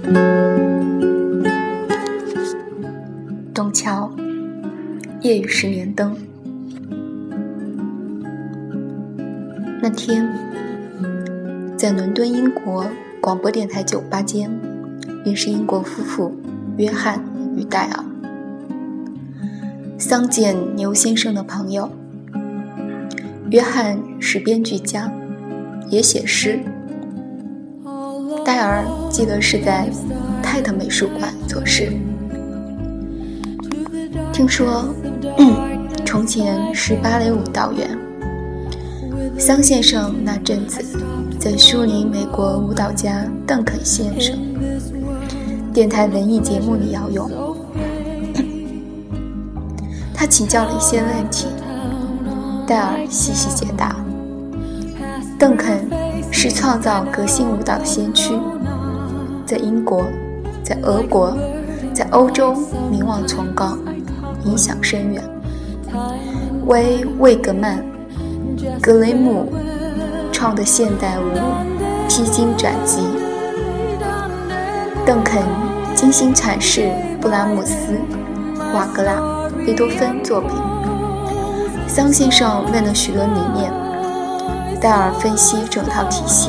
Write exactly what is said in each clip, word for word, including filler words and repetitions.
董桥，夜雨十年灯。那天，在伦敦英国广播电台酒吧间，认识英国夫妇约翰与戴尔。桑简牛先生的朋友。约翰是编剧家，也写诗。戴尔记得是在泰特美术馆做事。听说，嗯，从前是芭蕾舞蹈员。桑先生那阵子在梳理美国舞蹈家邓肯先生电台文艺节目里要用。他请教了一些问题，戴尔细细解答。邓肯是创造革新舞蹈的先驱，在英国，在俄国，在欧洲名望崇高，影响深远，为魏格曼、格雷姆创的现代舞披荆斩棘。邓肯精心阐释布拉姆斯、瓦格纳、贝多芬作品。桑先生问了许多理念，戴尔分析整套体系。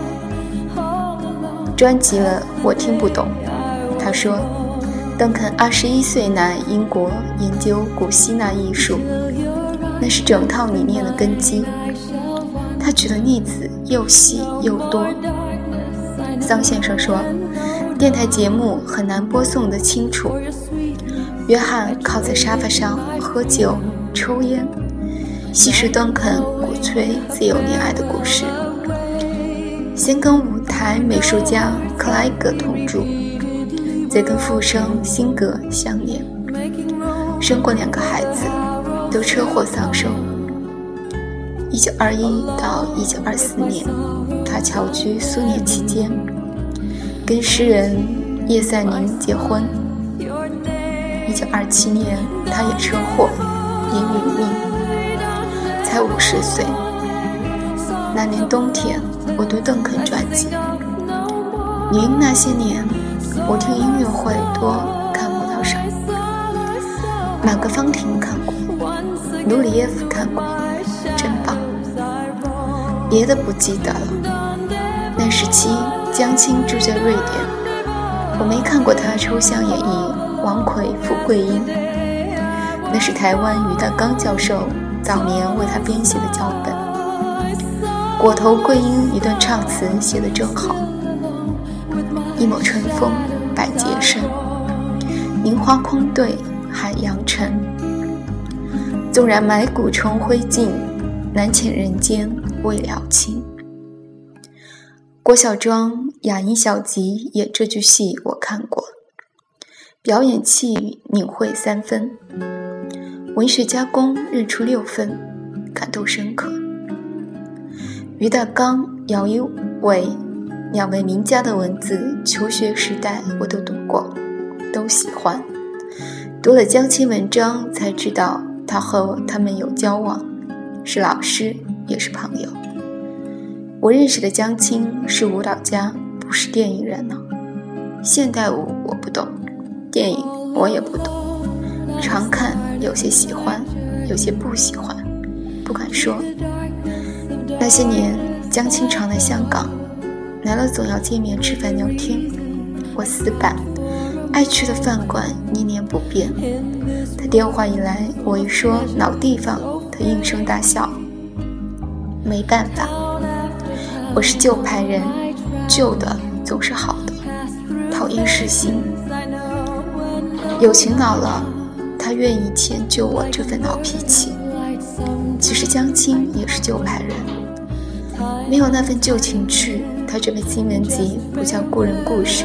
专辑了我听不懂，他说邓肯二十一岁来英国研究古希腊艺术，那是整套理念的根基。他举的例子又细又多。桑先生说电台节目很难播送得清楚。约翰靠在沙发上喝酒抽烟，细述邓肯鼓吹自由恋爱的故事，先跟舞台美术家克莱格同住，再跟富生辛格相恋，生过两个孩子，都车祸丧生。一九二一到一九二四年，他侨居苏联期间，跟诗人叶赛宁结婚。一九二七年，他也车祸，因殒命，才五十岁。那年冬天，我读邓肯专辑。您那些年，我听音乐会多，看舞蹈少。马格芳婷看过，卢里耶夫看过，真棒。别的不记得了。那时期，江青住在瑞典，我没看过他抽象演绎王魁富贵英，那是台湾于大刚教授早年为他编写的脚本。果头桂英一段唱词写得正好：一抹春风百节生，菱花空对海洋沉。纵然埋骨重灰烬，难遣人间未了情。郭孝庄雅音小集演这句戏我看过，表演气宇领会三分，文学加工认出六分，感动深刻。于大刚、姚一伟两位名家的文字，求学时代我都读过，都喜欢。读了江青文章才知道他和他们有交往，是老师也是朋友。我认识的江青是舞蹈家，不是电影人呢。现代舞我不懂，电影我也不懂，常看有些喜欢，有些不喜欢，不敢说。那些年江青常来香港，来了总要见面吃饭聊天，我死板，爱去的饭馆一年不变。他电话一来，我一说老地方，他应声大笑。没办法，我是旧派人，旧的总是好的，讨厌世新。友情老了，他愿意迁就我这份老脾气。其实江青也是旧派人，没有那份旧情趣，他这本新闻集不叫故人故事。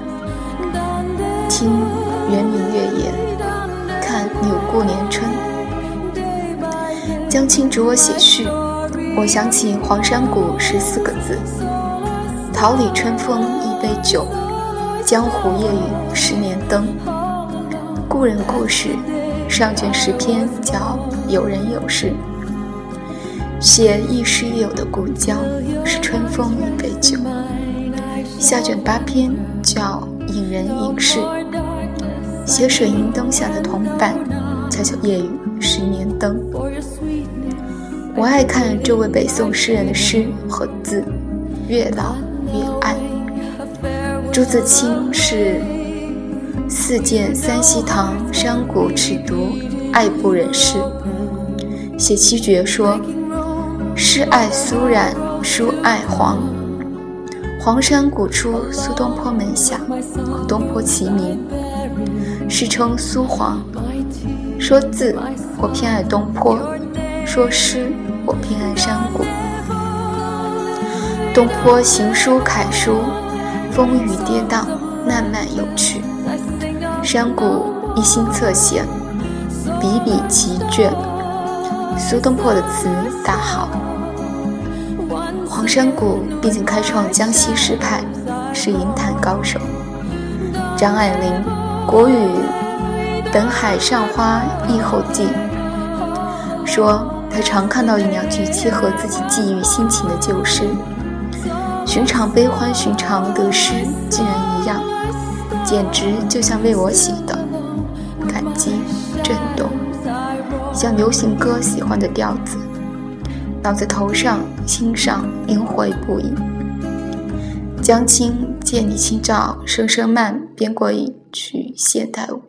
听圆明月夜，看柳顾年春。江青嘱我写序，我想起黄山谷十四个字：桃李春风一杯酒，江湖夜雨十年灯。故人故事上卷十篇叫有人有事，写亦师亦友的故交是春风一杯酒。下卷八篇叫引人影视。写水银灯下的同伴，悄悄夜雨十年灯。我爱看这位北宋诗人的诗和字，越老越爱。朱自清是四见三希堂山谷尺牍，爱不忍释。写七绝说：诗爱苏冉，书爱黄。黄山谷出苏东坡门下，和东坡齐名，世称苏黄。说字，我偏爱东坡；说诗，我偏爱山谷。东坡行书楷书，风雨跌宕，烂漫有趣；山谷一心侧写，笔笔奇绝。苏东坡的词大好。黄山谷毕竟开创江西诗派，是吟坛高手。张爱玲国语本海上花忆后记说，她常看到一两句切合自己际遇心情的旧诗，寻常悲欢寻常得失竟然一样，简直就像为我写的，感激震动，像流行歌喜欢的调子，脑子头上心上萦回不已。江青借你清照声声慢编过一曲现代舞，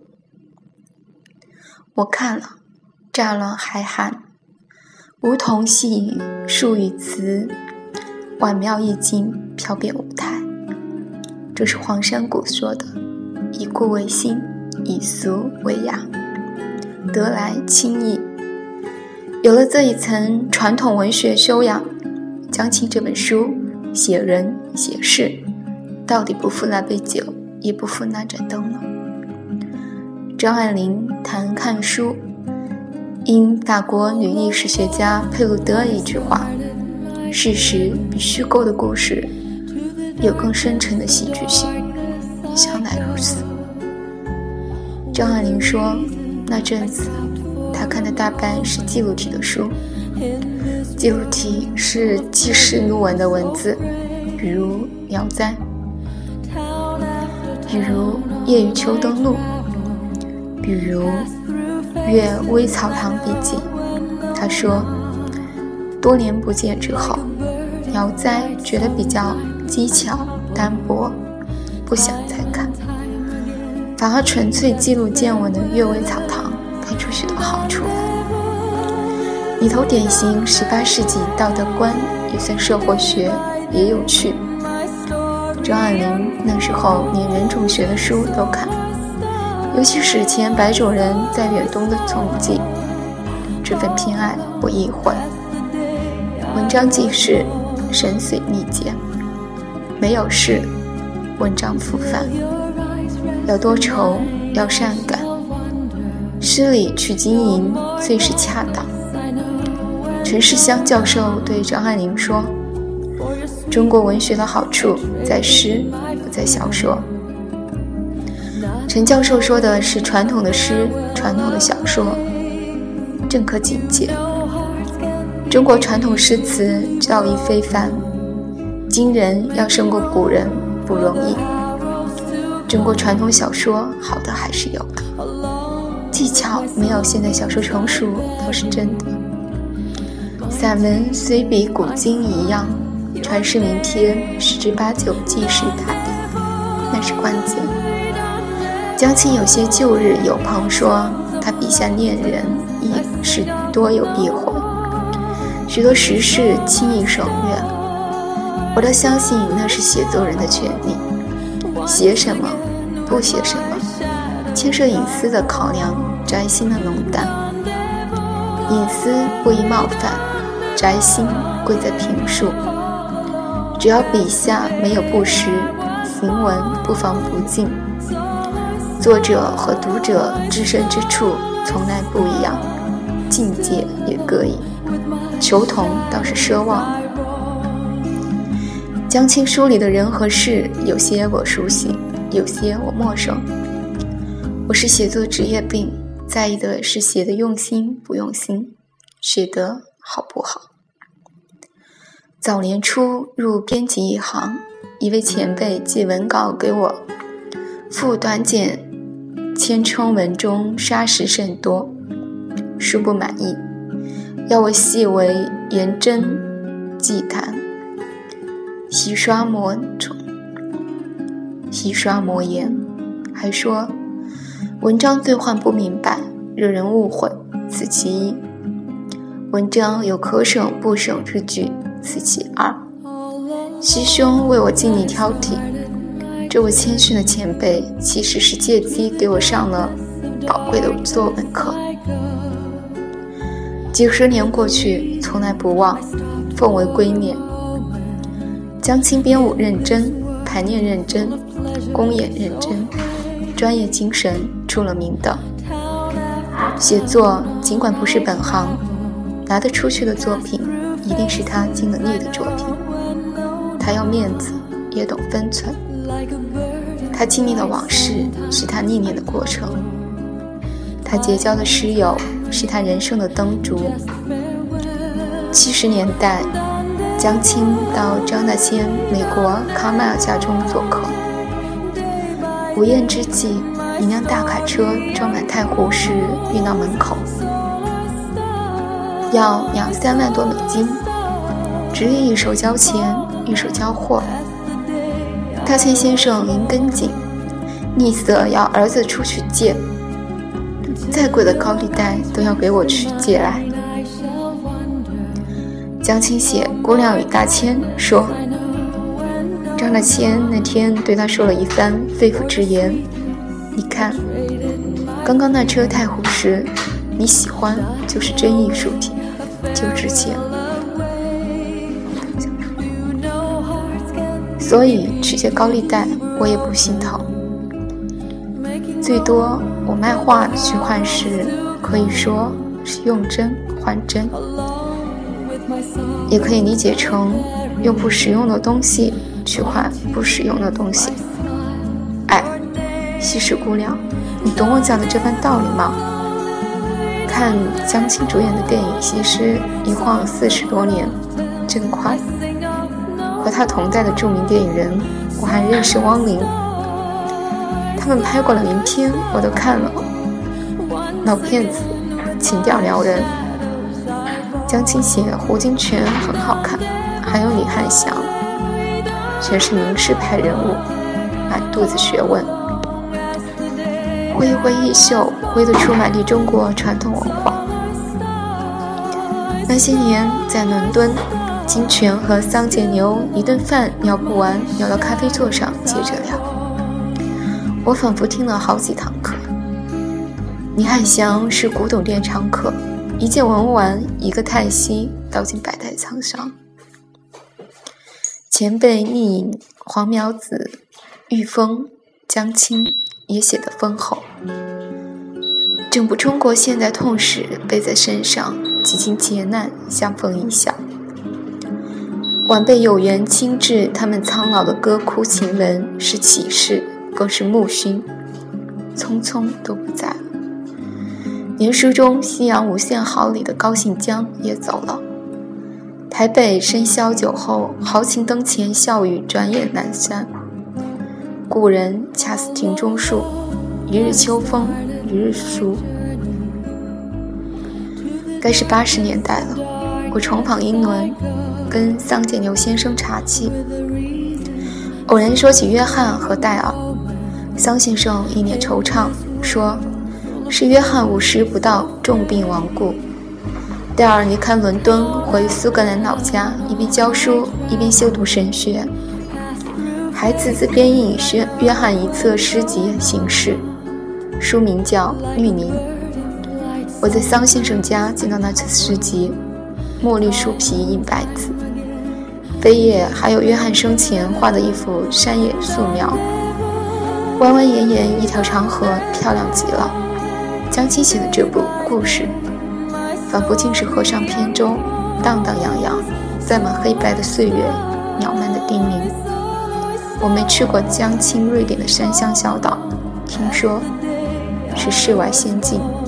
我看了乍乱还寒，梧桐细雨树语词，婉妙意境飘遍舞台。这是黄山谷说的，以故为新，以俗为雅，得来轻易。有了这一层传统文学修养，江青这本书写人写事，到底不负那杯酒，也不负那盏灯呢？张爱玲谈看书，因法国女历史学家佩鲁德一句话：事实比虚构的故事有更深沉的戏剧性，向来如此。张爱玲说，那阵子她看的大半是记录体的书，记录体是纪实录文的文字，比如《聊斋》，比如《夜雨秋灯录》，比如《阅微草堂笔记》。她说，多年不见之后，《聊斋》觉得比较机巧单薄，不想再看，反而纯粹记录见闻的《阅微草堂》看出许多好处来。里头典型十八世纪道德观，也算社会学，也有趣。张爱玲那时候连人种学的书都看，尤其史前白种人在远东的踪迹，这份偏爱不意会。文章记事，神髓力竭；没有事，文章复泛。要多愁，要善感，诗里去经营最是恰当。陈世香教授对张爱玲说，中国文学的好处在诗，不在小说。陈教授说的是传统的诗，传统的小说，正可警戒。中国传统诗词造诣非凡，今人要胜过古人不容易。中国传统小说好的还是有的，技巧没有现代小说成熟倒是真的。散文虽比古今一样，传世名篇十之八九记事大意，那是关键。江青有些旧日友朋说，他笔下恋人亦是多有避讳，许多时事轻易省略。我倒相信那是写作人的权利，写什么不写什么，牵涉隐私的考量，摘星的浓淡。隐私不宜冒犯，摘星贵在评述。只要笔下没有不实，行文不妨不敬。作者和读者置身之处从来不一样，境界也各异，求同倒是奢望。江青书里的人和事，有些我熟悉，有些我陌生。我是写作职业病，在意的是写的用心不用心，写得好不好。早年初入编辑一行，一位前辈寄文稿给我， 复短简千称文中沙石甚多，殊不满意，要我细为颜真祭坛，洗刷磨重，洗刷磨研。还说文章最患不明白，惹人误会，此其一；文章有可省不省之句，此其二。师兄为我尽力挑剔，这位谦逊的前辈其实是借机给我上了宝贵的作文课。几十年过去，从来不忘，奉为圭臬。江青编舞认真，排练认真，公演认真，专业精神出了名的。写作尽管不是本行，拿得出去的作品一定是他尽了力的作品。他要面子，也懂分寸。他经历的往事是他历练的过程，他结交的师友是他人生的灯烛。七十年代，江青到张大千美国康迈尔家中做客。午宴之际，一辆大卡车装满太湖石运到门口，要两三万多美金，执意一手交钱一手交货。大千先生临跟紧，吝啬要儿子出去借，再贵的高利贷都要给我去借来。江青写《姑娘与大千》说，张大千那天对他说了一番肺腑之言，你看，刚刚那车太湖石，你喜欢就是真艺术品，就值钱。所以去借高利贷我也不心疼，最多我卖画去换石，可以说是用真换真，也可以理解成用不实用的东西去换不实用的东西。哎，西施姑娘，你懂我讲的这番道理吗？看江青主演的电影《西施》一晃四十多年，真快。和他同代的著名电影人，我还认识汪玲，他们拍过的名片我都看了，老片子，情调撩人。江青写胡金铨很好看，还有李翰祥，全是名士派人物，满肚子学问，挥挥衣袖，挥得出满地中国传统文化。那些年在伦敦，金铨和桑杰牛一顿饭聊不完，聊到咖啡座上接着聊，我仿佛听了好几堂课。李翰祥是古董店常客，一件文玩一个泰息倒进百代仓上。前辈逆影黄苗子、玉峰、江青也写得丰厚，整部中国现代痛史背在身上，几经劫难相逢一笑。晚辈有缘亲至他们苍老的歌哭情文，是启示，更是木熏，匆匆都不在了。连书中夕阳无限好里的高信江也走了。台北深宵酒后，豪情灯前笑语转眼南山。故人恰似庭中树，一日秋风一日书。该是八十年代了，我重访英伦，跟桑杰牛先生茶气，偶然说起约翰和戴尔，桑先生一脸惆怅，说是约翰五十不到重病亡故，戴尔离开伦敦回苏格兰老家，一边教书一边修读神学，还自自编印约翰一册诗集形式，书名叫《绿林》。我在桑先生家见到那册诗集，墨绿书皮印白字，扉页还有约翰生前画的一幅山野素描，弯弯延延一条长河，漂亮极了。江青写的这部故事，仿佛竟是河上扁舟，荡荡漾漾，载满黑白的岁月，鸟漫的叮咛。我没去过江青瑞典的山乡小岛，听说是世外仙境。